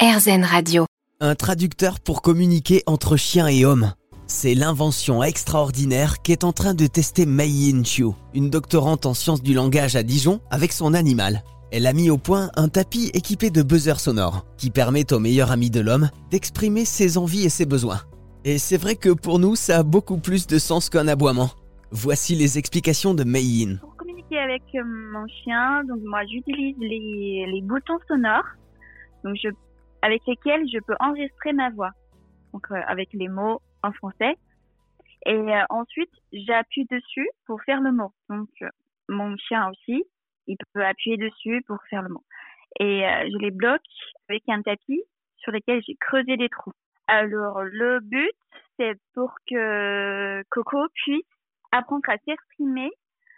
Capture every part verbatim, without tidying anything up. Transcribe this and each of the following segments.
AirZen Radio. Un traducteur pour communiquer entre chiens et hommes. C'est l'invention extraordinaire qu'est en train de tester Mei Yin Chiu, une doctorante en sciences du langage à Dijon, avec son animal. Elle a mis au point un tapis équipé de buzzers sonores qui permet au meilleur ami de l'homme d'exprimer ses envies et ses besoins. Et c'est vrai que pour nous, ça a beaucoup plus de sens qu'un aboiement. Voici les explications de Mei Yin. Pour communiquer avec mon chien, donc moi j'utilise les, les boutons sonores, donc je, avec lesquels je peux enregistrer ma voix, donc euh, avec les mots en français. Et euh, ensuite, j'appuie dessus pour faire le mot. Donc euh, mon chien aussi, il peut appuyer dessus pour faire le mot. Et euh, je les bloque avec un tapis sur lequel j'ai creusé des trous. Alors, le but, c'est pour que Coco puisse apprendre à s'exprimer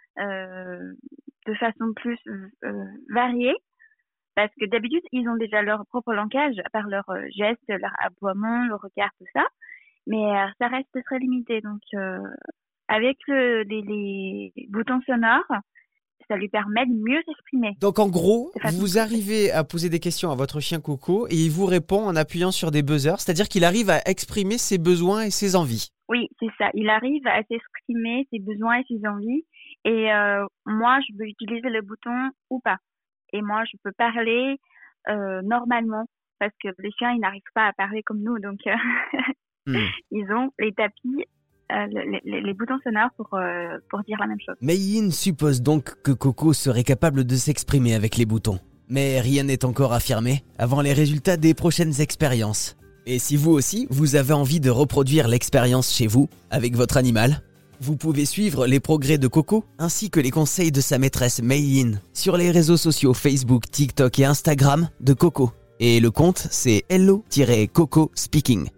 euh, de façon plus euh, variée. Parce que d'habitude, ils ont déjà leur propre langage, à part leurs euh, gestes, leur aboiement, leur regard, tout ça. Mais euh, ça reste très limité. Donc, euh, avec le, les, les boutons sonores, ça lui permet de mieux s'exprimer. Donc en gros, vous arrivez à poser des questions à votre chien Coco et il vous répond en appuyant sur des buzzers, c'est-à-dire qu'il arrive à exprimer ses besoins et ses envies. Oui, c'est ça. Il arrive à s'exprimer ses besoins et ses envies. Et euh, moi, je peux utiliser le bouton ou pas. Et moi, je peux parler euh, normalement parce que les chiens, ils n'arrivent pas à parler comme nous. Donc, euh, hmm. ils ont les tapis. Euh, les, les, les boutons sonores pour, euh, pour dire la même chose. Mei Yin suppose donc que Coco serait capable de s'exprimer avec les boutons. Mais rien n'est encore affirmé avant les résultats des prochaines expériences. Et si vous aussi, vous avez envie de reproduire l'expérience chez vous, avec votre animal, vous pouvez suivre les progrès de Coco, ainsi que les conseils de sa maîtresse Mei Yin, sur les réseaux sociaux Facebook, TikTok et Instagram de Coco. Et le compte, c'est hello-coco speaking.